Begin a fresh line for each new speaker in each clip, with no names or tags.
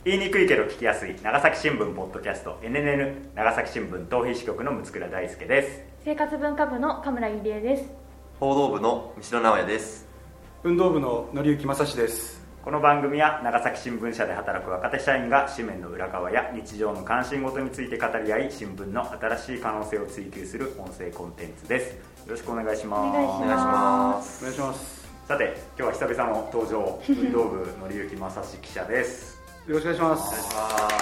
言いにくいけど聞きやすい長崎新聞ポッドキャスト NNN 長崎新聞逃避支局の六倉大輔です。
生活文化部の神村入江です。
報道部の三代直也です。
運動部の則之正史です。
この番組は長崎新聞社で働く若手社員が紙面の裏側や日常の関心事について語り合い、新聞の新しい可能性を追求する音声コンテンツです。よろしくお願いします。
お願いしま
す。お願いします。
さて今日は久々の登場、運動部則之正史記者です。
よろしくお願いします。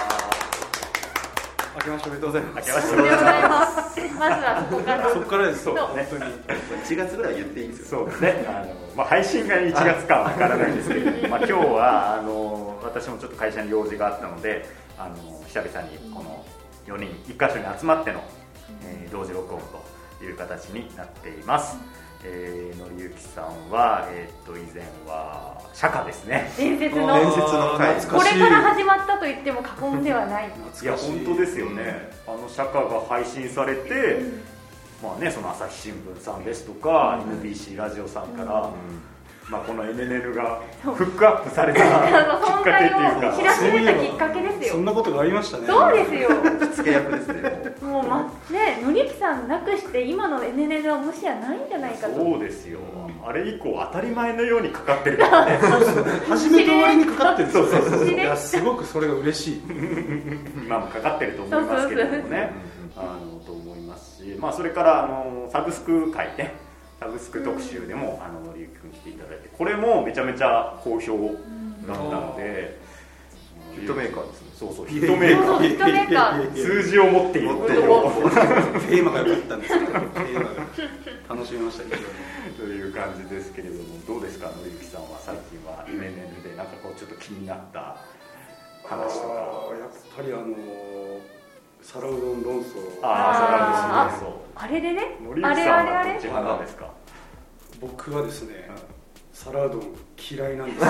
明けましておめでとうございます。
明けましておめでとうございます。
まずは
そこからです。
そうね、
本当に
1月ぐらい言っていいんですよ。
そうですね。配信が1月かはわからないんですけれども、今日は私もちょっと会社に用事があったので、久々にこの4人1箇所に集まっての、同時録音という形になっています。則之さんは、以前は釈迦ですね。
伝説の
回。
これから始まったと言っても過言ではない。
いや本当ですよね。釈迦が配信されて、まあね、その朝日新聞さんですとか、NBC ラジオさんから、まあ、この NNN がフックアップされたきっかけっていうか、
知らしめたきっかけですよ。
そんなことがありましたね。
そうですよ。
火付け役ですね。
もうね、則之さんなくして今の NNN はもしやないんじゃないかと。
そうですよ。あれ以降当たり前のようにかかってるからね。
初めと終わりにかかってる。
そうそうそう。
いやすごくそれが嬉しい。
今もかかってると思いますけれどもね。と思いますし、まあそれからサブスク会ね。サブスク特集でも則之君来ていただいて、これもめちゃめちゃ好評だったので、
ヒットメーカーですね。
そうそうヒットメーカー。
ヒットメーカー。
数字を持っている。
テーマが良かったんですけど、テーマが楽しみました非常に。
という感じですけれども、どうですか則之さんは最近は NNN でなんかこうちょっと気になった話とか。
やっぱり皿うどん論争。
皿うどん論争。
あれでね。
則之さんはどっち派なんですか。
僕はですね、皿うどん嫌いなんです。
ま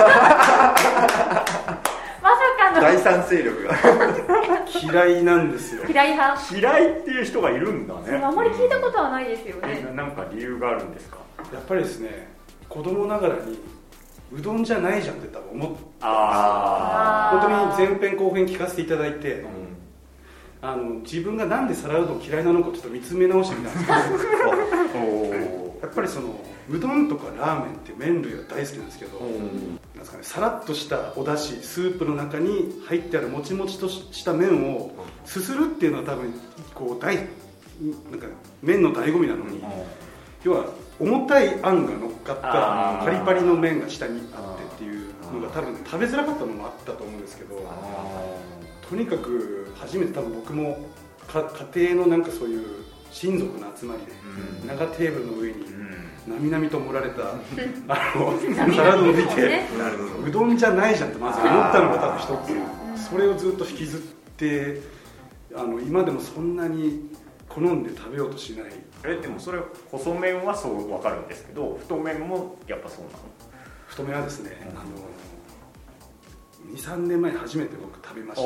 さかの
第三勢力が
嫌いなんですよ。
嫌い派。
嫌いっていう人がいるんだね。
あまり聞いたことはないですよね。
なんか理由があるんですか。
やっぱりですね、子供ながらにうどんじゃないじゃんって多分思って、本当に前編後編聞かせていただいて、自分がなんで皿うどん嫌いなのかちょっと見つめ直してみたんですけどやっぱりうどんとかラーメンって麺類は大好きなんですけど、なんですかね、さらっとしたお出汁スープの中に入ってあるもちもちとした麺をすするっていうのは多分こうなんか麺の醍醐味なのに、要は重たいあんが乗っかったパリパリの麺が下にあってっていうのが多分食べづらかったのもあったと思うんですけど、とにかく初めて多分僕も家庭のなんかそういう親族の集まりで長テーブルの上になみなみと盛られた皿うどんを見て、うどんじゃないじゃんってまず思ったのが多分一つ、それをずっと引きずって今でもそんなに好んで食べようとしない。
でもそれ細麺はそう分かるんですけど、太麺もやっぱそうなの。
太麺はですね、2、3年前に初めて僕食べまして、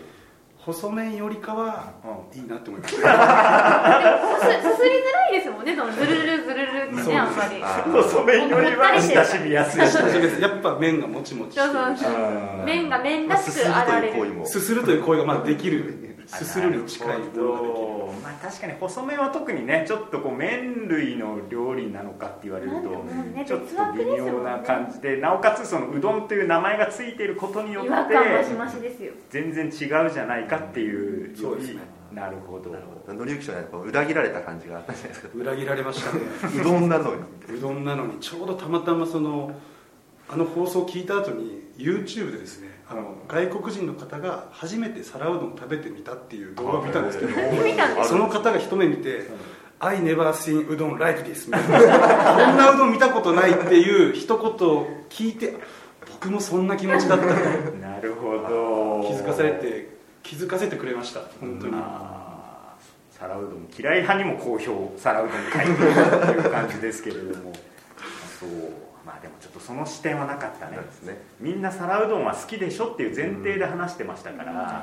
細麺よりかはいいなって思いました。
でもすすりづらいですもんね、そのズルルルズルルってね、あんまり。
細麺よりは親しみやすい。
やっぱ麺がもちもちしてるし、
麺が麺らしくあられる。
すするという行為がまだできる。すするに近いものができる。
まあ確かに細麺は特にね、ちょっとこう麺類の料理なのかって言われるとちょっと微妙な感じで、なおかつそのうどんという名前がついていることによって
違和感増し増しですよ。
全然違うじゃないかっていうより、なるほど。
則之さんは裏切られた感じがあったじゃないですか。
裏切られましたね。
うどんなのに。
うどんなのにちょうどたまたま放送を聞いた後に YouTube でですね、外国人の方が初めて皿うどんを食べてみたっていう動画を見たんですけど、その方が一目見て「I never seen うどん like this」みたいな、こんなうどん見たことないっていう一言を聞いて、僕もそんな気持ちだった。
なるほど。
気づかせてくれました、本当に。
皿うどん嫌い派にも好評、皿うどん会という感じですけれどもそう、まあでもちょっとその視点はなかったね。みんな皿うどんは好きでしょっていう前提で話してましたから、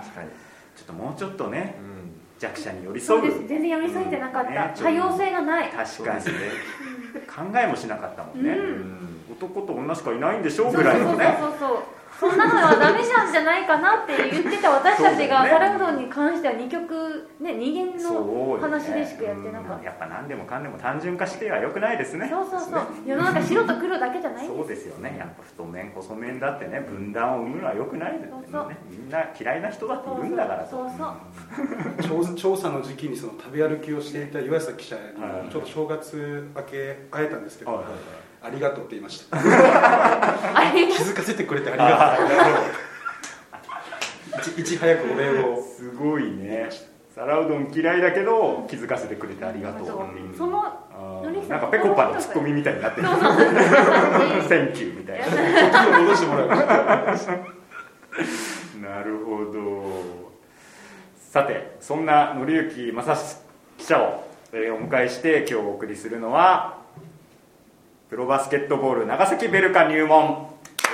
ちょっともうちょっとね、弱者に寄り添う。
そうです、全然寄り添えてなかった、多様性がない。
確かにね、考えもしなかったもんね。男と女しかいないんでしょうぐらいのね。
そんなのはダメじゃないかなって言ってた私たちが、
そうだね
皿うどんに関しては2曲ね、二元の話でしかやってなかった。
やっぱ何でもかんでも単純化しては良くないですね。
そう世の中白と黒だけじゃないんです。
そうですよね。やっぱ太麺細麺だってね、分断を生むのは良くないですよね。みんな嫌いな人だっているんだからと。
調査の時期にその食べ歩きをしていた岩崎記者にちょっと正月明け会えたんですけど、ありがとうって言いました。気づかせてくれてありがとう。いち早くお礼を。
すごいね。皿うどん嫌いだけど気づかせてくれてありがとう。
その
なんかペコパのツッコミみたいになってる。センキューみたいな。
時を戻してもらう。
なるほど。さて、そんな紀之正史記者をお迎えして今日お送りするのはプロバスケットボール長崎ベルカ入門。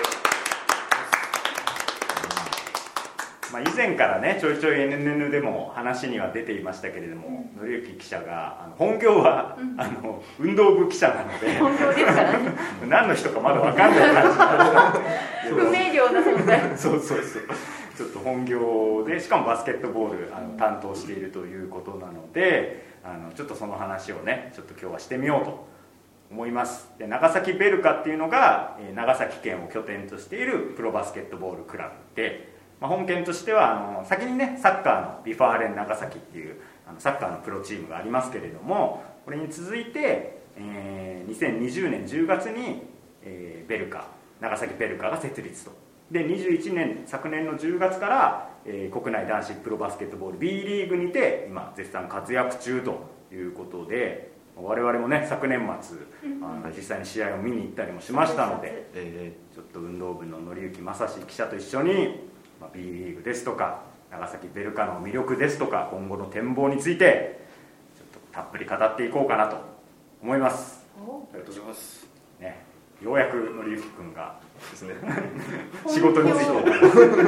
以前からねちょいちょい NNN でも話には出ていましたけれども、紀之記者が本業は、運動部記者なので
本業ですからね
何の人かまだ分かんない感じ
不明瞭な存在
そうちょっと本業でしかもバスケットボール担当しているということなのでちょっとその話をねちょっと今日はしてみようと思います。で長崎ベルカっていうのが長崎県を拠点としているプロバスケットボールクラブで、本県としては先にねサッカーのビファーレン長崎っていうサッカーのプロチームがありますけれども、これに続いて、2020年10月に、ベルカ長崎ベルカが設立と。で21年昨年の10月から、国内男子プロバスケットボール B リーグにて今絶賛活躍中ということで、我々もね昨年末実際に試合を見に行ったりもしましたので、ちょっと運動部の紀之正史記者と一緒にB リーグですとか長崎ベルカの魅力ですとか今後の展望についてちょっとたっぷり語っていこうかなと思います。
ありがとうございます、
ね、ようやく紀之君が
ですね。
仕事について
いきなり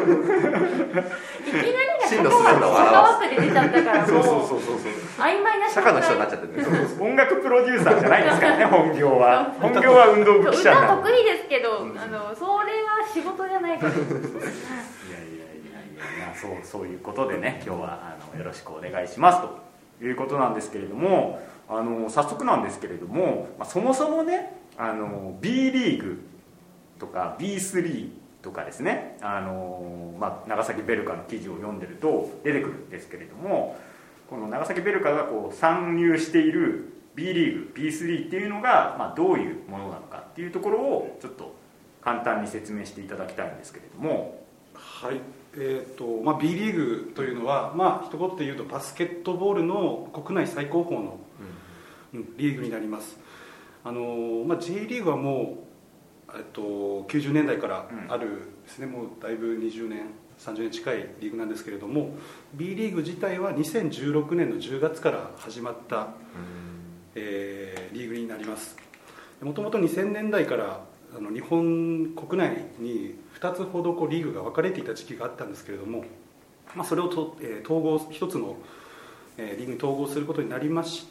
が坂枠で出ちゃったからもう曖昧な
坂の人になっちゃってる。
音楽プロデューサーじゃないですからね本業は運動部記者
歌
なんで。
得意ですけど、それは仕事じゃないから
そういうことでね今日はよろしくお願いしますということなんですけれども、早速なんですけれども、そもそもねB リーグとか B3 とかですね長崎ベルカの記事を読んでると出てくるんですけれども、この長崎ベルカがこう参入している B リーグ B3 っていうのが、どういうものなのかっていうところをちょっと簡単に説明していただきたいんですけれども。
はい、B リーグというのは、一言で言うとバスケットボールの国内最高峰の、リーグになります。J リーグはもう、90年代からあるですね、もうだいぶ20年30年近いリーグなんですけれども、 B リーグ自体は2016年の10月から始まった、リーグになります。もともと2000年代から日本国内に2つほどリーグが分かれていた時期があったんですけれども、それを統合一つのリーグに統合することになりまして、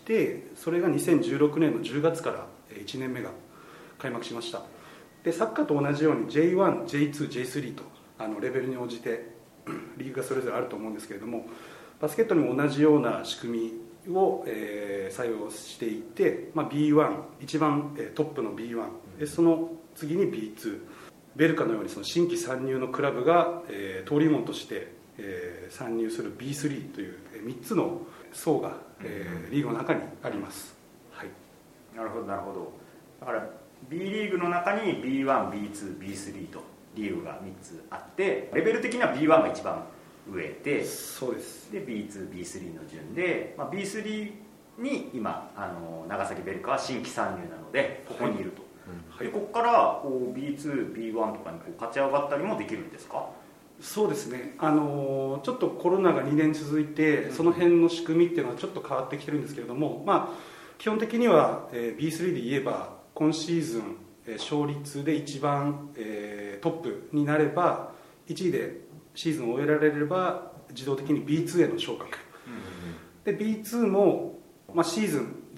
それが2016年の10月から1年目が開幕しました。でサッカーと同じように J1、J2、J3 とレベルに応じてリーグがそれぞれあると思うんですけれども、バスケットにも同じような仕組みを採用していて、B1 一番トップの B1 でその次に B2、 ベルカのようにその新規参入のクラブが、登竜門として、参入する B3 という3つの層が、リーグの中にあります。はい、
なるほどなるほど。だから B リーグの中に B1、B2、B3 とリーグが3つあって、レベル的には B1 が一番上で、
そうです。
で B2、B3 の順で、B3 に今長崎ベルカは新規参入なのでここにいると。でここからB2、B1 とかに勝ち上がったりもできるんですか？
そうですね、ちょっとコロナが2年続いて、その辺の仕組みっていうのはちょっと変わってきてるんですけれども、基本的には B3 で言えば今シーズン勝率で一番トップになれば1位でシーズンを終えられれば自動的に B2 への昇格、で B2 もシーズン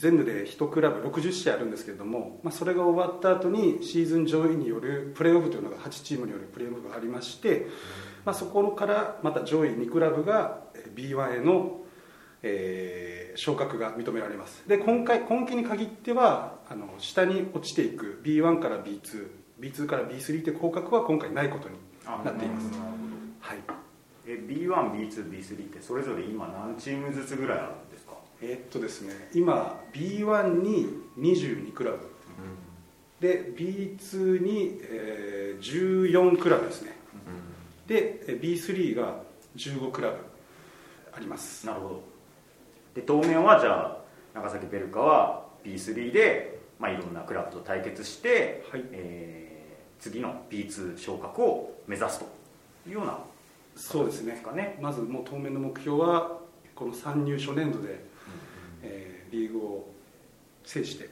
全部で1クラブ60試合あるんですけれども、それが終わった後にシーズン上位によるプレーオフというのが8チームによるプレーオフがありまして、そこからまた上位2クラブが B1 への、昇格が認められます。で今季に限っては下に落ちていく B1 から B2、B2 から B3 という降格は今回ないことになっています。はい、
B1、B2、B3 ってそれぞれ今何チームずつぐらいあるんですか？
ですね、今 B1 に22クラブ、で B2 に、14クラブですね、で B3 が15クラブあります。
なるほど。で当面はじゃあ長崎ベルカは B3 で、いろんなクラブと対決して、はい、次の B2 昇格を目指すというような、
そうですね。まずもう当面の目標はこの参入初年度で、リーグを制して、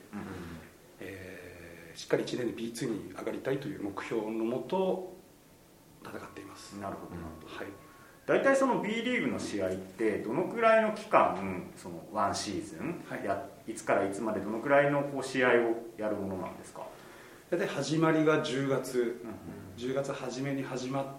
しっかり1年で B2 に上がりたいという目標のもと戦っています。
なるほど、
はい。
大体その B リーグの試合ってどのくらいの期間、その1シーズン、いつからいつまでどのくらいの試合をやるものなんですか？
大体始まりが10月初めに始まって、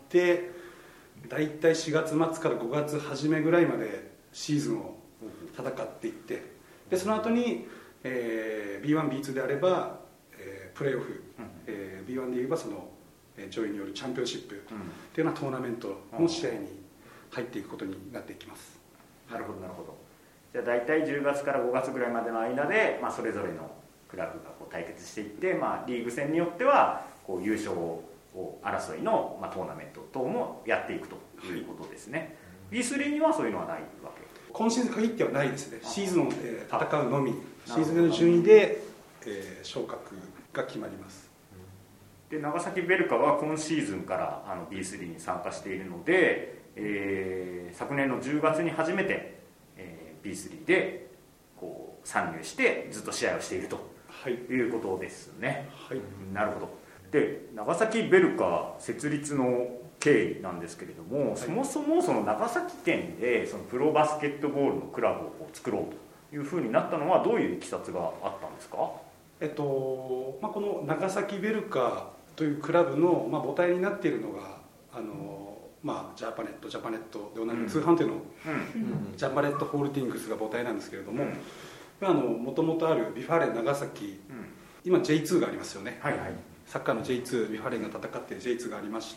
大体4月末から5月初めぐらいまでシーズンを戦っていって、でその後に、B1、B2 であれば、プレーオフ、B1 で言えばその上位によるチャンピオンシップというようなトーナメントの試合に入っていくことになっていきます。
なるほどなるほど。じゃあ大体10月から5月ぐらいまでの間で、それぞれのクラブが対決していって、リーグ戦によっては優勝争いの、トーナメント等もやっていくということですね。B3 にはそういうのはないわけ？
今シーズン限ってはないですね。シーズンを戦うのみ、シーズンの順位で昇格が決まります。
で長崎ベルカは今シーズンからB3 に参加しているので、昨年の10月に初めて、B3 で参入してずっと試合をしているということですね。
はい、
なるほど。で長崎ベルカ設立の経緯なんですけれども、そもそもその長崎県でそのプロバスケットボールのクラブを作ろうというふうになったのはどういういきさつがあったんですか？
この長崎ベルカというクラブの、母体になっているのがジャパネットで同じ通販店の、ジャパネットホールディングスが母体なんですけれども、もともとあるビファレン長崎、今 J2 がありますよね。サッカーの J2、ビファレンが戦っている J2 がありまして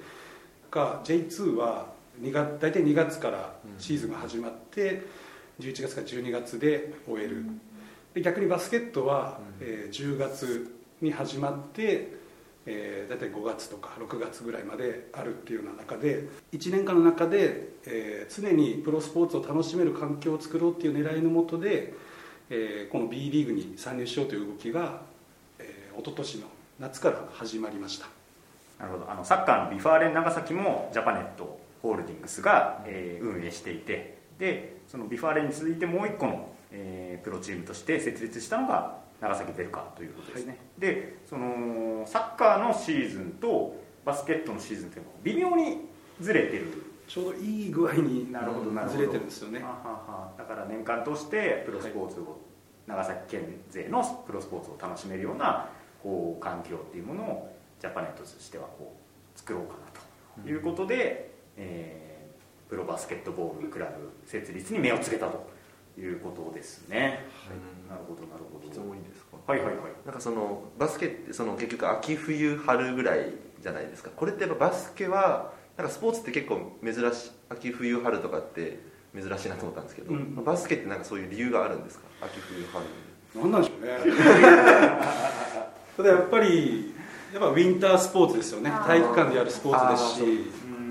、J2 は大体2月からシーズンが始まって11月から12月で終える。で逆にバスケットは、10月に始まって大体5月とか6月ぐらいまであるっていうような中で、1年間の中で、常にプロスポーツを楽しめる環境を作ろうっていう狙いのもとで、この B リーグに参入しようという動きが、一昨年の夏から始まりました。
なるほど。サッカーのビファーレン長崎もジャパネットホールディングスが、運営していて、でそのビファーレンに続いてもう一個の、プロチームとして設立したのが長崎ベルカということですね。でそのサッカーのシーズンとバスケットのシーズンって微妙にずれてる、
ちょうどいい具合にずれてるんですよね。
だから年間通してプロスポーツを、長崎県勢のプロスポーツを楽しめるような環境っていうものをジャパネットとしては作ろうかなということで、プロバスケットボールクラブ設立に目をつけたということですね。なるほどなるほど。
質問いいですか？
はい。
なんかそのバスケって結局秋冬春ぐらいじゃないですか。これってやっぱバスケはなんかスポーツって結構珍しい、秋冬春とかって珍しいなと思ったんですけど、バスケってなんかそういう理由があるんですか？秋冬春
に。なんでしょうね。ただやっぱりウィンタースポーツですよね。体育館でやるスポーツですし、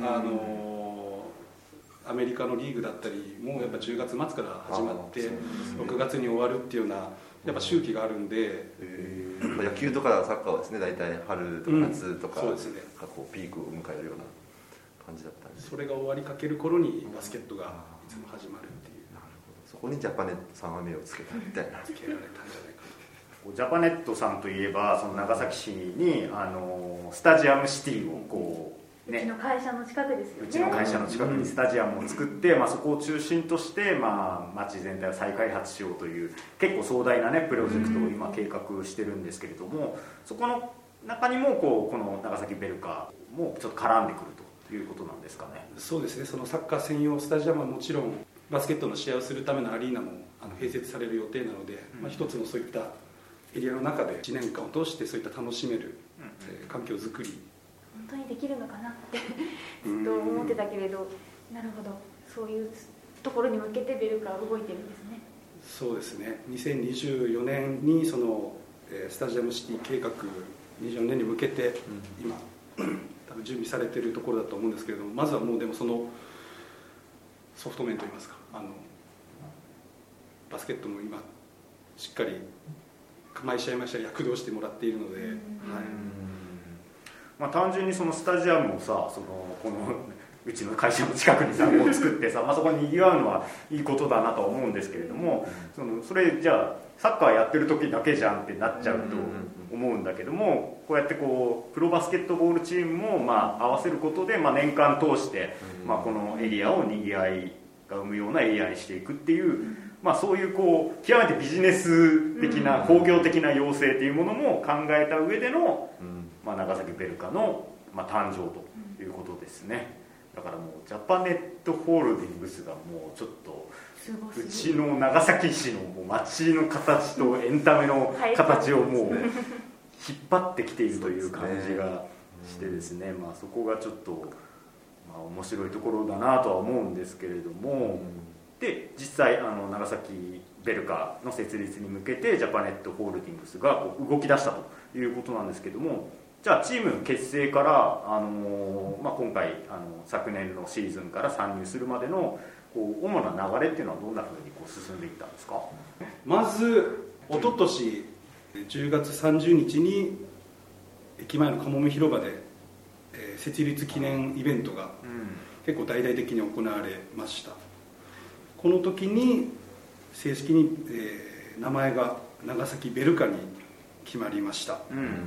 アメリカのリーグだったりもやっぱ10月末から始まって6月に終わるっていうようなやっぱ周期があるんで、
野球とかサッカーはですね、大体春とか夏とか、
そうですね、
ピークを迎えるような感じだったんです。
それが終わりかける頃にバスケットがいつも始まるっていう。
なるほど。そこにジャパネットさんは目をつけたみたいな。
つけられたんじゃないか
ジャパネットさんといえばその長崎市にスタジアムシティを
うちの会社の近くですよね。
うちの会社の近くにスタジアムを作って、そこを中心として、街全体を再開発しようという結構壮大な、ね、プロジェクトを今計画してるんですけれども、そこの中にもこの長崎ベルカもちょっと絡んでくるということなんですかね。
そうですね、そのサッカー専用スタジアムはもちろんバスケットの試合をするためのアリーナも併設される予定なので、一つのそういったエリアの中で1年間を通してそういった楽しめる、環境づくり、
本当にできるのかなってずっと思ってたけれど、なるほど、そういうところに向けてベルカは動いてるんですね。
そうですね、2024年にそのスタジアムシティ計画24年に向けて今、多分準備されているところだと思うんですけれども、まずはもうでもそのソフト面といいますか、バスケットも今しっかり毎試合毎試合躍動してもらっているので、
単純にそのスタジアムをさ、このうちの会社の近くにさこう作ってさ、そこに賑わうのはいいことだなとは思うんですけれども、それじゃあサッカーやってる時だけじゃんってなっちゃうと思うんだけども、こうやってこうプロバスケットボールチームも合わせることで、年間通して、このエリアをにぎわいが生むようなエリアにしていくっていう、そういうこう極めてビジネス的な工業的な要請っていうものも考えた上での、長崎ベルカの、誕生ということですね。だからもうジャパネットホールディングスがもうちょっとうちの長崎市のもう街の形とエンタメの形をもう引っ張ってきているという感じがしてですね、そこがちょっと、面白いところだなとは思うんですけれども、で実際長崎ベルカの設立に向けてジャパネットホールディングスがこう動き出したということなんですけども、じゃあチーム結成から、今回昨年のシーズンから参入するまでのこう主な流れっていうのはどんなふうにこう進んでいったんですか？
まず一昨年10月30日に駅前のかもめ広場で、設立記念イベントが結構大々的に行われました。この時に正式に、名前が長崎ベルカに決まりました。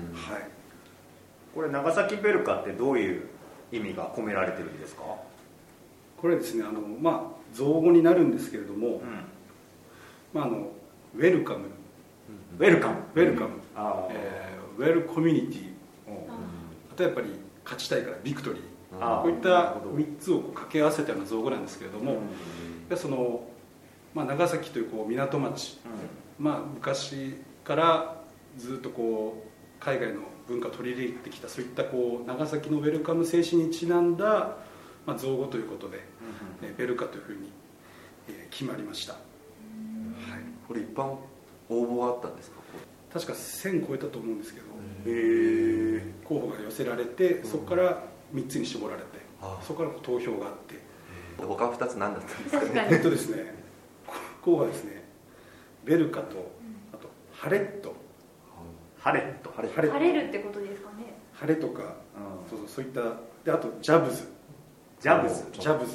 これ長崎ベルカってどういう意味が込められてるんですか？
これですね、造語になるんですけれども、ウェルカム、ウェルカム、ウェルコミュニティ、あとやっぱり勝ちたいからビクトリー、こういった3つを掛け合わせたような造語なんですけれども、その長崎というこう港町、昔からずっとこう海外の文化を取り入れてきたそういったこう長崎のウェルカム精神にちなんだ、造語ということで、ベルカというふうに、決まりました。
これ一般応募があったんですか？
確か1000超えたと思うんですけど、候補が寄せられて、そこから3つに絞られて、そこから投票があって、
他2つ何だったんですかね？
ですね、候補はですね、ベルカと、あとハレット、
晴
れるってことですかね。
晴れとか、そういったで、あとジャブズ、
ジャブ、
ジャ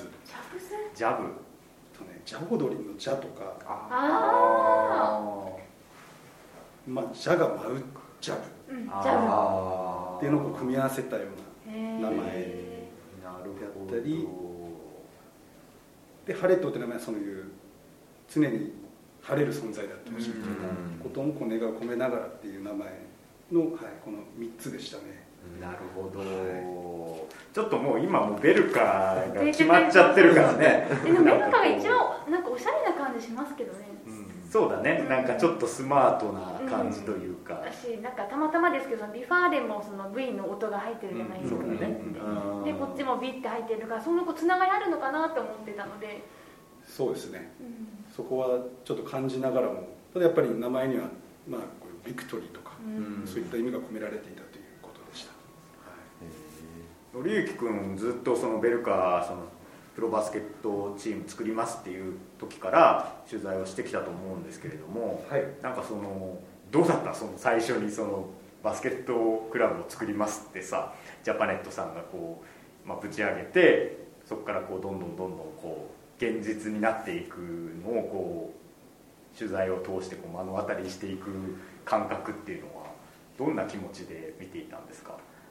ゴドリのジャとか、ジャが舞うジャブっていうのを組み合わせたような名前であったりで、ハレットって名前はそういう常に晴れる存在だってほしいみたいなこともこう願いを込めながらっていう名前の、この3つでしたね。
なるほど、ちょっともう今もベルカが決まっちゃってるからね。
でもベルカが一応なんかおしゃれな感じしますけどね。
そうだね、なんかちょっとスマートな感じというか、
私なんかたまたまですけど、ビファーでもその V の音が入ってるじゃないですか、でこっちもビって入ってるから、そのつながりあるのかなと思ってたので。
そうですね、そこはちょっと感じながらも、ただやっぱり名前にはこういうビクトリーとか、そういった意味が込められていたということでした。
紀之君ずっとそのベルカプロバスケットチーム作りますっていう時から取材をしてきたと思うんですけれども、なんかどうだった、最初にバスケットクラブを作りますってさ、ジャパネットさんがこう、ぶち上げて、そこからこうどんどんこう現実になっていくのをこう取材を通してこう目の当たりにしていく感覚っていうのはどんな気持ちで見ていたんですか？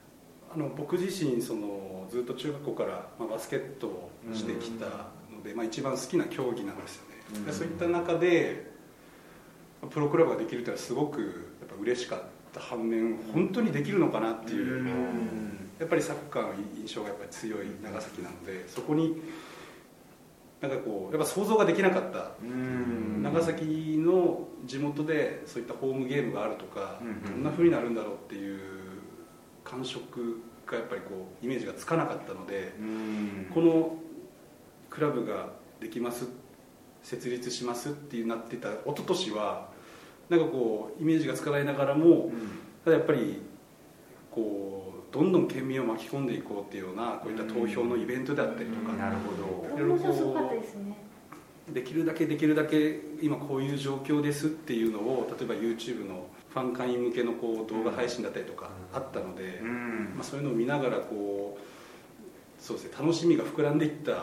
僕自身ずっと中学校から、バスケットをしてきたので、一番好きな競技なんですよね、でそういった中でプロクラブができるというのはすごくやっぱ嬉しかった反面、本当にできるのかなっていう、やっぱりサッカーの印象がやっぱり強い長崎なので、そこになんかこうやっぱ想像ができなかった、長崎の地元でそういったホームゲームがあるとか、どんな風になるんだろうっていう感触がやっぱりこうイメージがつかなかったので、このクラブができます、設立しますってなってた一昨年はなんかこうイメージがつかないながらも、ただやっぱりこうどんどん県民を巻き込んでいこうっていうようなこういった投票のイベントであったりとか、
なるほど、
面白かったですね。
できるだけ今こういう状況ですっていうのを例えば YouTube のファン会員向けのこう動画配信だったりとかあったので、そういうのを見ながらこうそうですね、楽しみが膨らんでいった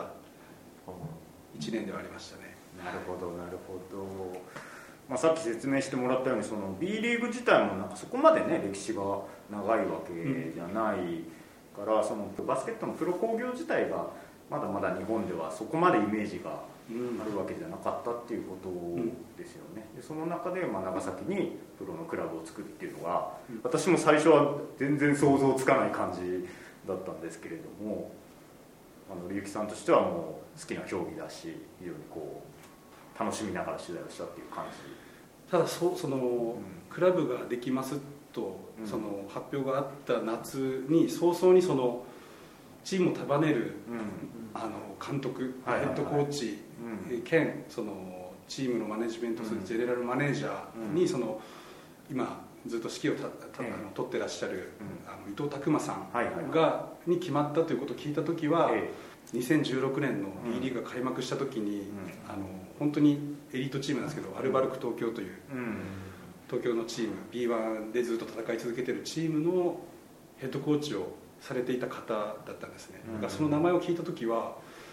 1年ではありましたね。
なるほどなるほど、さっき説明してもらったようにB リーグ自体もなんかそこまでね歴史が長いわけじゃないから、バスケットのプロ興行自体がまだまだ日本ではそこまでイメージがあるわけじゃなかったっていうことですよね。でその中で長崎にプロのクラブを作るっていうのが、私も最初は全然想像つかない感じだったんですけれども、ゆうきさんとしてはもう好きな競技だし、非常にこう楽しみながら取材をしたっていう感じ。
ただクラブができますと発表があった夏に早々にチームを束ねる監督、ヘッドコーチ兼チームのマネジメントするジェネラルマネージャーに今ずっと指揮を取ってらっしゃる伊藤拓磨さんに決まったということを聞いた時は、2016年の B リーグが開幕した時に本当にエリートチームなんですけど、アルバルク東京という東京のチーム B1 でずっと戦い続けているチームのヘッドコーチをされていた方だったんですね。だからその名前を聞いた時は、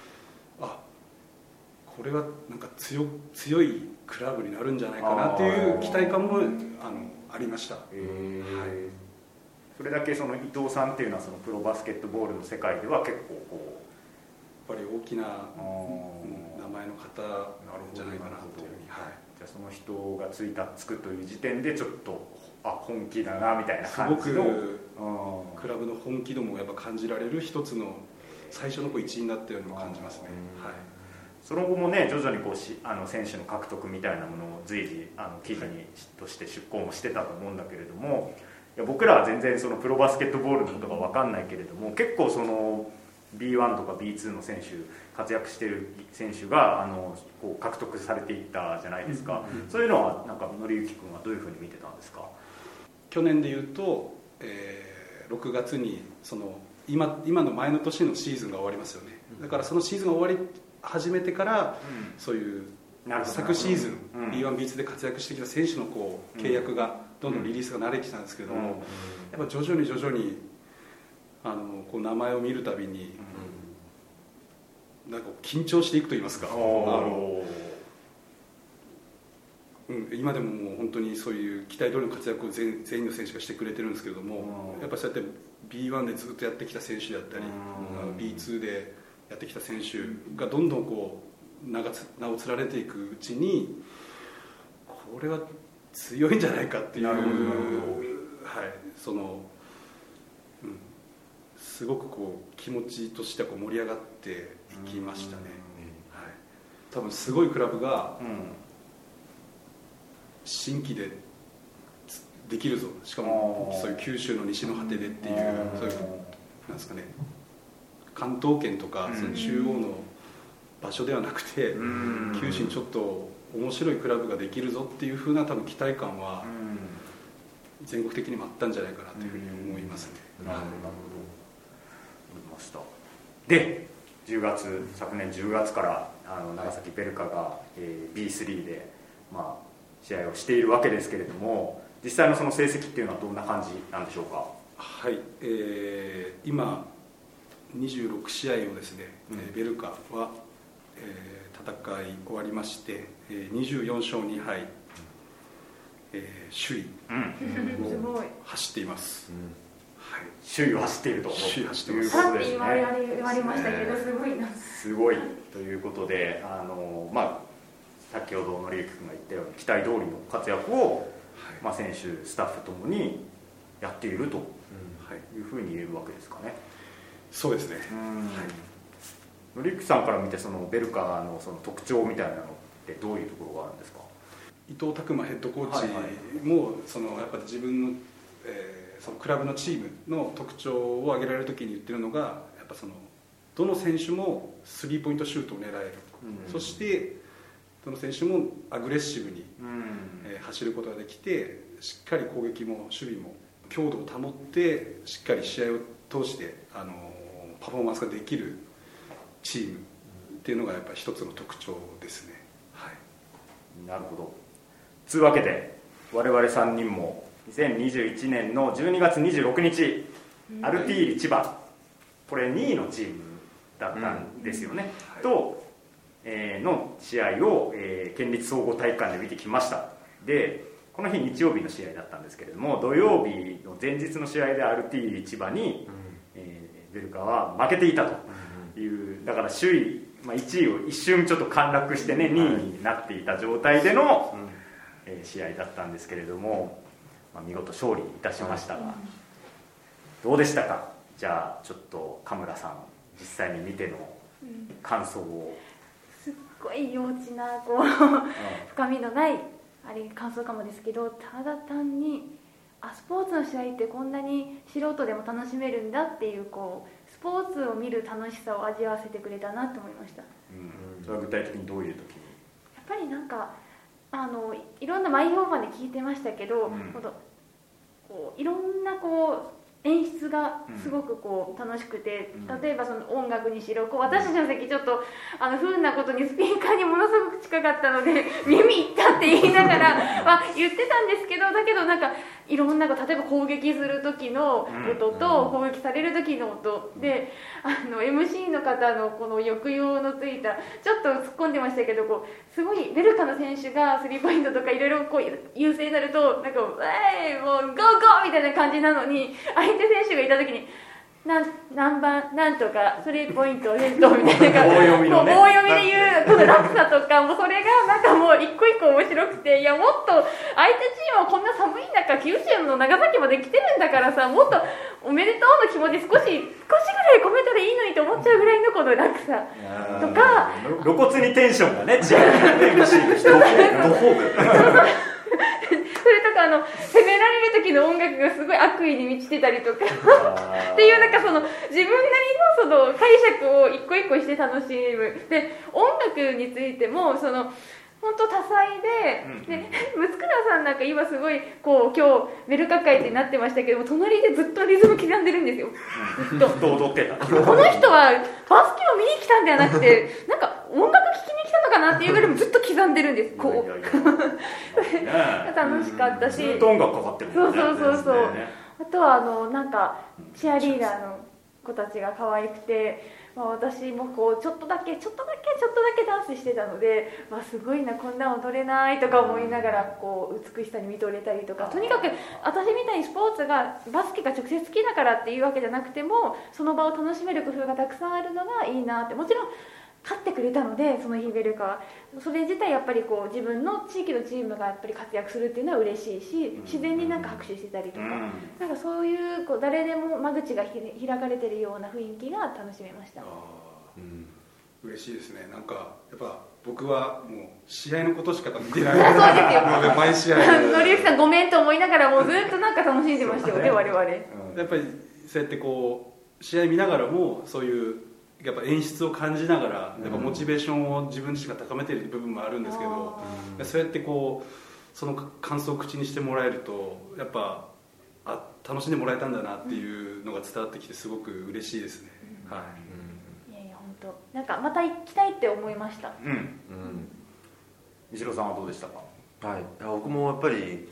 これはなんか強いクラブになるんじゃないかなっていう期待感もありました。
それだけ伊藤さんっていうのはプロバスケットボールの世界では結構こう
やっぱり大きな名前の方なんじゃないかなというふうに、
じゃあその人がつくという時点でちょっと本気だなみたいな感じの、
すごくクラブの本気度もやっぱ感じられる一つの最初の一員だったようにも感じますね。
その後もね徐々にこう選手の獲得みたいなものを随時記事として出稿もしてたと思うんだけれども、いや僕らは全然プロバスケットボールのことが分かんないけれども、結構B1 とか B2 の選手、活躍している選手がこう獲得されていったじゃないですか、そういうのはなんか紀之君はどういうふうに見てたんですか？
去年でいうと、6月に今の前の年のシーズンが終わりますよね。だからそのシーズンが終わり始めてから、そういう昨シーズン B1、B2 で活躍してきた選手のこう契約がどんどんリリースが慣れてきたんですけれども、やっぱ徐々にこう名前を見るたびに、なんか緊張していくと言いますか、今でももう本当にそういう期待通りの活躍を全員の選手がしてくれてるんですけれども、やっぱりそうやって B1 でずっとやってきた選手であったり、B2 でやってきた選手がどんどんこう名を連ねていくうちに、これは強いんじゃないかっていう、すごくこう気持ちとしてはこう盛り上がっていきましたね。多分すごいクラブが新規でできるぞ、しかもそういう九州の西の果てでっていう、そういうなんですかね、関東圏とかその中央の場所ではなくて、九州にちょっと面白いクラブができるぞっていう風な多分期待感は全国的にもあったんじゃないかなというふうに思いますね。
なるほど、ました。で昨年10月から長崎ベルカが、B3 で、試合をしているわけですけれども、実際のその成績っていうのはどんな感じなんでしょうか？
はい、今26試合をですね、ベルカは、戦い終わりまして、24勝2敗、首位を走っています。
首位を走っているということですね。
さっき言われましたけど、すごいな。
すごいということで、先ほど紀之君が言ったように期待通りの活躍を、選手スタッフともにやっているというふうに言えるわけですかね。
そうですね。
紀之さんから見てそのベルカのその特徴みたいなのってどういうところがあるんですか？
伊藤拓磨ヘッドコーチもやっぱり自分の、そのクラブのチームの特徴を挙げられるときに言ってるのが、やっぱどの選手もスリーポイントシュートを狙える、そしてどの選手もアグレッシブに、走ることができて、しっかり攻撃も守備も強度を保ってしっかり試合を通してパフォーマンスができるチームっていうのがやっぱり一つの特徴ですね。
なるほど。というわけで我々3人も2021年の12月26日、アルティーリ千葉、これ2位のチームだったんですよね、と、の試合を、県立総合体育館で見てきました。でこの日日曜日の試合だったんですけれども、土曜日の前日の試合でアルティーリ千葉に、ベルカは負けていたという、だから首位、1位を一瞬ちょっと陥落してね、2位になっていた状態での、試合だったんですけれども、見事勝利いたしましたが、どうでしたか？じゃあちょっと神村さん、実際に見ての感想を。
すっごい幼稚な深みのない感想かもですけど、ただ単にスポーツの試合ってこんなに素人でも楽しめるんだっていう、スポーツを見る楽しさを味わわせてくれたなと思いました。
それは具体的にどういう時に？
やっぱりいろんな前評判で聞いてましたけど、いろんな演出がすごく楽しくて、例えばその音楽にしろ、私たちの席ちょっと不運なことにスピーカーにものすごく近かったので耳いったって言いながら言ってたんですけど、だけどいろんな例えば攻撃する時の音と攻撃される時の音で、MC の方のこの抑揚のついた、ちょっと突っ込んでましたけど、すごいベルカの選手がスリーポイントとかいろいろ優勢になると、もうゴーゴーみたいな感じなのに、相手選手がいた時に何番なんとかスリーポイントヘッドみたいな
棒読みのね、
棒読みで言うこの落差とか、もうそれがもう一個一個面白くて、いやもっと相手チームはこんな寒い中、九州の長崎まで来てるんだからさ、もっとおめでとうの気持ち少しぐらい込めたらいいのにと思っちゃうぐらいのこの落差とか、
露骨にテンションがね違うね、MC の人
それとか責められる時の音楽がすごい悪意に満ちてたりとかっていう、自分なりの解釈を一個一個して楽しむ。で音楽についても本当多彩で、ムツクラさんなんか今すごい今日ベルカ会ってなってましたけども、隣でずっとリズム刻んでるんですよ。ずっと
踊ってた。
この人はバスケを見に来たんではなくて、音楽聴きに来たのかなっていうぐらいもずっと刻んでるんです。楽しかったし、
ずっと音楽かかってるもんね。
そう。あとはチアリーダーの子たちが可愛くて、私もちょっとだけダンスしてたので、すごいな、こんな踊れないとか思いながら美しさに見とれたりとか、とにかく私みたいにスポーツがバスケが直接好きだからっていうわけじゃなくても、その場を楽しめる工夫がたくさんあるのがいいなって。もちろん勝ってくれたので、その日ベルカはそれ自体やっぱり自分の地域のチームがやっぱり活躍するっていうのは嬉しいし、自然に拍手してたりとか、そういう誰でも間口が開かれてるような雰囲気が楽しめました。
嬉しいですね。やっぱ僕はもう試合のことしか見てない
そうですよ。
毎試合
紀之さんごめんと思いながらもうずっと楽しんでましたよね、我々。や
っぱりそうやって試合見ながらも、そういうやっぱ演出を感じながら、やっぱモチベーションを自分自身が高めている部分もあるんですけど、そうやってその感想を口にしてもらえると、やっぱ楽しんでもらえたんだなっていうのが伝わってきて、すごく嬉しいですね。
いや本当また行きたいって思いました。
石野さんはどうでしたか？
僕もやっぱり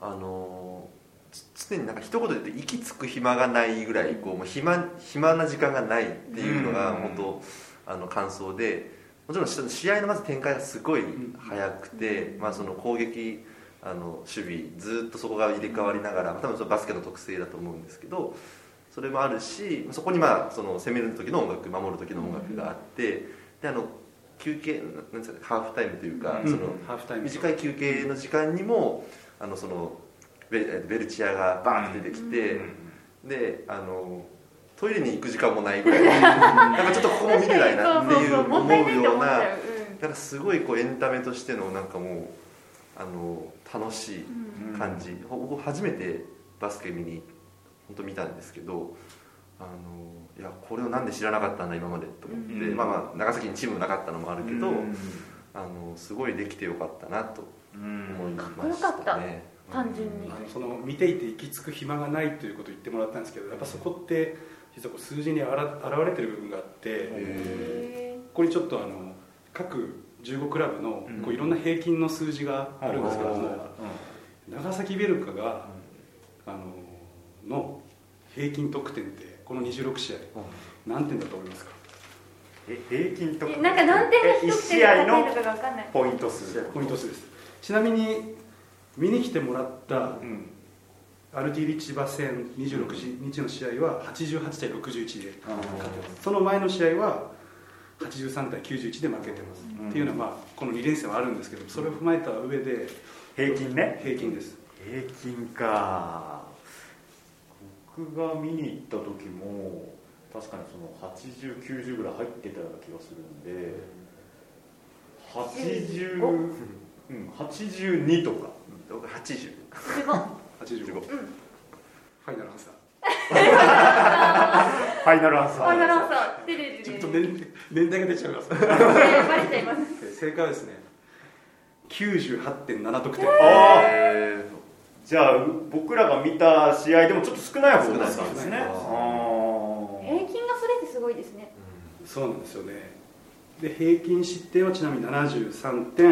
常に一言で言って息つく暇がないぐらいもう暇な時間がないっていうのが本当感想で、もちろん試合のまず展開がすごい速くて、その攻撃守備ずっとそこが入れ替わりながら、多分そのバスケの特性だと思うんですけど、 それもあるし、そこにまあその攻める時の音楽、守る時の音楽があって、で休憩なんですかね、ハーフタイムというか、その短い休憩の時間にもそのベルチアがバーンって出てきて、でトイレに行く時間もないぐらいなんかちょっとここも見てないなっていう思うような、なんかすごいこうエンタメとしてのなんかもう楽しい感じ、僕初めてバスケ本当見たんですけど、いやこれをなんで知らなかったんだ今までと思って、まあ長崎にチームなかったのもあるけど、すごいできてよかったなと思いましたね。
単純に
その見ていて行き着く暇がないということを言ってもらったんですけど、やっぱそこって実はこう数字に現れてる部分があって、ここにちょっと各15クラブのこういろんな平均の数字があるんですけども、長崎ベルカがの平均得点ってこの26試合何点だと思いますか？
平均得点
なんか何点が1試合の
ポイント数
です。ちなみに見に来てもらったアルティリ千葉戦26日の試合は88対61で勝ってます。その前の試合は83対91で負けてます、っていうのは、まあ、この2連戦はあるんですけど、それを踏まえた上で
平均ね、
平均です。
平均か。僕が見に行った時も確かにその80、90ぐらい入ってたような気がするんで、82とか。
僕85。
ファイナルアンサ
ー。ファイナルアンサ
ー。ちょっと年代が出ちゃいます。正解はですね、98.7 得点。
じゃあ僕らが見た試合でもちょっと少ない方だったんですね。
平均がそれってすごいですね。
そうなんですよね。で平均失点はちなみに 73.3 得点。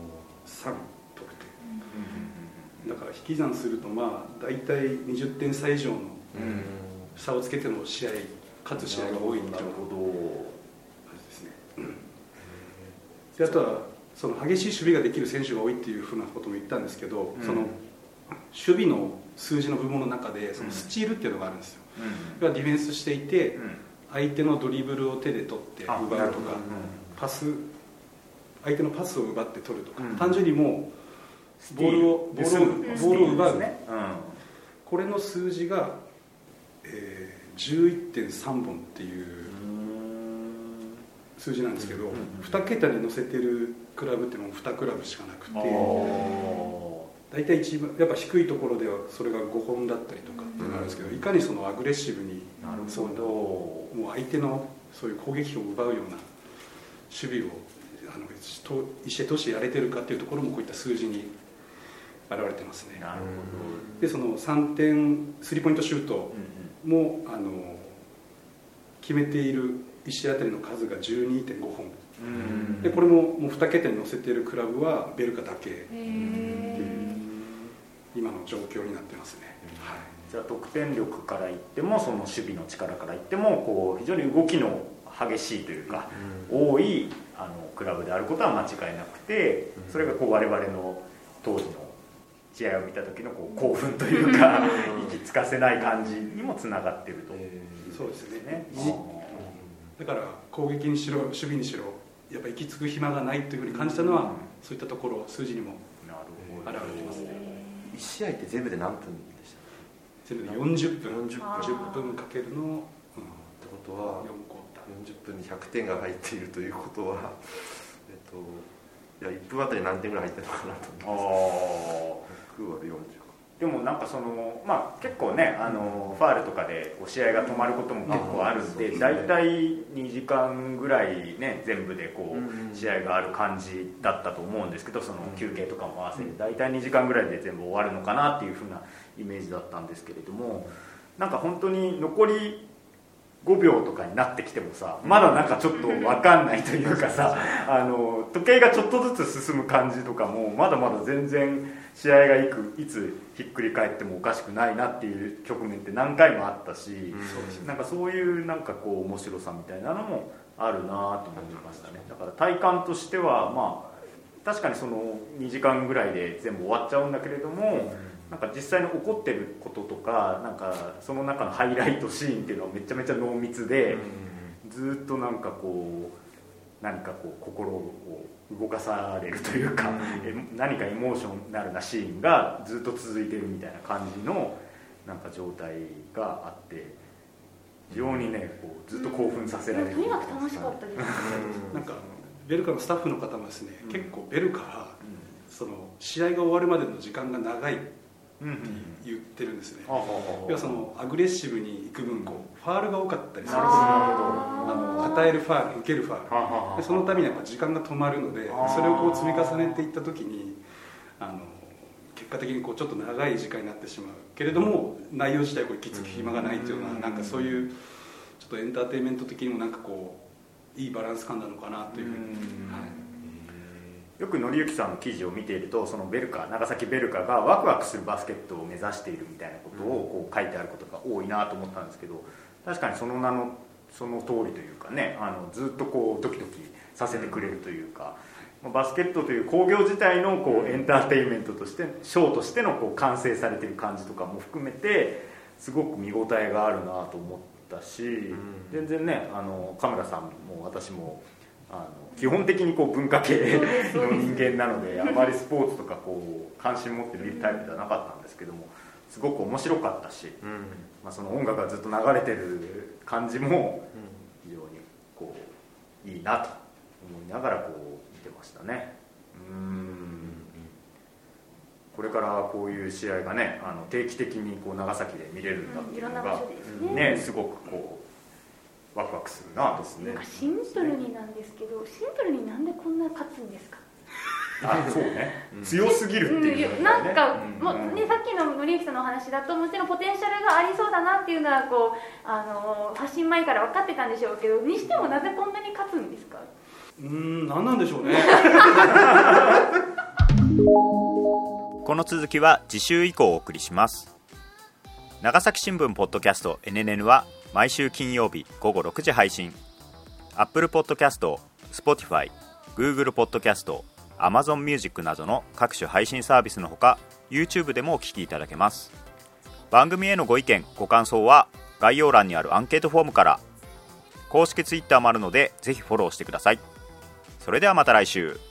だから引き算するとまあ大体20点差以上の差をつけての試合、勝つ試合が多いっていうのがですね。であとはその激しい守備ができる選手が多いっていうふうなことも言ったんですけど、その守備の数字の部門の中でそのスチールっていうのがあるんですよ。ディフェンスしていて相手のドリブルを手で取って奪うとか、相手のパスを奪って取るとか、単純にもうボールを奪う、これの数字が、11.3 本っていう数字なんですけど、2桁に乗せてるクラブっていうのも2クラブしかなくて、大体一番やっぱ低いところではそれが5本だったりとかってなるんですけど、いかにそのアグレッシブにもう相手のそういう攻撃を奪うような守備を一試合通してやれてるかっていうところもこういった数字に現れてますね。なるほど。でその3点スリーポイントシュートも、決めている1試合あたりの数が 12.5 本で、これももう2桁に乗せているクラブはベルカだけっていう今の状況になってますね。
じゃあ得点力から言ってもその守備の力から言ってもこう非常に動きの激しいというか、多いクラブであることは間違いなくて、それがこう我々の当時の試合を見た時のこう興奮というか息つかせない感じにもつながっていると。
そうですね。だから攻撃にしろ守備にしろやっぱ行き着く暇がないというふうに感じたのは、そういったところ数字にも現れてますね。
1試合って全部で何分でした？
全部で40分10分かけるの、って
ことは40分に100点が入っているということは、いや1分あたり何点ぐらい入ってるのかなと思います。100割40。
でもなんかその、まあ、結構ねファールとかで試合が止まることも結構あるんで、大体2時間ぐらいね全部でこう試合がある感じだったと思うんですけど、その休憩とかも合わせて大体2時間ぐらいで全部終わるのかなっていう風なイメージだったんですけれども、なんか本当に残り5秒とかになってきてもさ、まだなんかちょっと分かんないというかさ、時計がちょっとずつ進む感じとかもまだまだ全然試合がいつひっくり返ってもおかしくないなっていう局面って何回もあったし、なんかそういうなんかこう面白さみたいなのもあるなと思いましたね。だから体感としてはまあ確かにその2時間ぐらいで全部終わっちゃうんだけれども、 なんか実際に起こってることとか、なんかその中のハイライトシーンっていうのはめちゃめちゃ濃密で、ずっとなんかこう何かこう心を動かされるというか、何かエモーショナルなシーンがずっと続いてるみたいな感じのなんか状態があって、非常にねこうずっと興奮させられる。
とにかく楽しかったです
なんかベルカのスタッフの方もですね、結構ベルカはその試合が終わるまでの時間が長いって言ってるんですね。要はそのアグレッシブに行く分こうファールが多かったりするんですよ。与えるファール、受けるファールで、そのためにやっぱ時間が止まるので、それをこう積み重ねていった時に結果的にこうちょっと長い時間になってしまうけれども、内容自体こう息つく暇がないっていうような、なんかそういうちょっとエンターテインメント的にもなんかこういいバランス感なのかなというふうに、
よく紀之さんの記事を見ていると、そのベルカ、長崎ベルカがワクワクするバスケットを目指しているみたいなことをこう書いてあることが多いなと思ったんですけど、確かにその名のその通りというかね、ずっとこうドキドキさせてくれるというか、バスケットという興行自体のこうエンターテインメントとして、ショーとしてのこう完成されている感じとかも含めてすごく見応えがあるなと思ったし、全然ねカメラさんも私も基本的にこう文化系の人間なので、あまりスポーツとかこう関心持って見るタイプではなかったんですけども、すごく面白かったし、その音楽がずっと流れてる感じも非常にこういいなと思いながらこう見てましたね。これからこういう試合がね定期的にこう長崎で見れるんだっていうのがね、すごくこうワクワクするなと。
なんかシンプルになんですけど、シンプルになんでこんな勝つんですか？
そうね、強すぎるっていう、
なんかもうね、さっきの紀之さんのお話だともちろんポテンシャルがありそうだなっていうのはこう発信前から分かってたんでしょうけど、にしてもなぜこんなに勝つんですか？
何なんでしょうね。
この続きは次週以降お送りします。長崎新聞ポッドキャスト NNN は毎週金曜日午後6時配信。 Apple Podcast、Spotify、Google Podcast、Amazon Music などの各種配信サービスのほか YouTube でもお聞きいただけます。番組へのご意見ご感想は概要欄にあるアンケートフォームから、公式 Twitter もあるのでぜひフォローしてください。それではまた来週。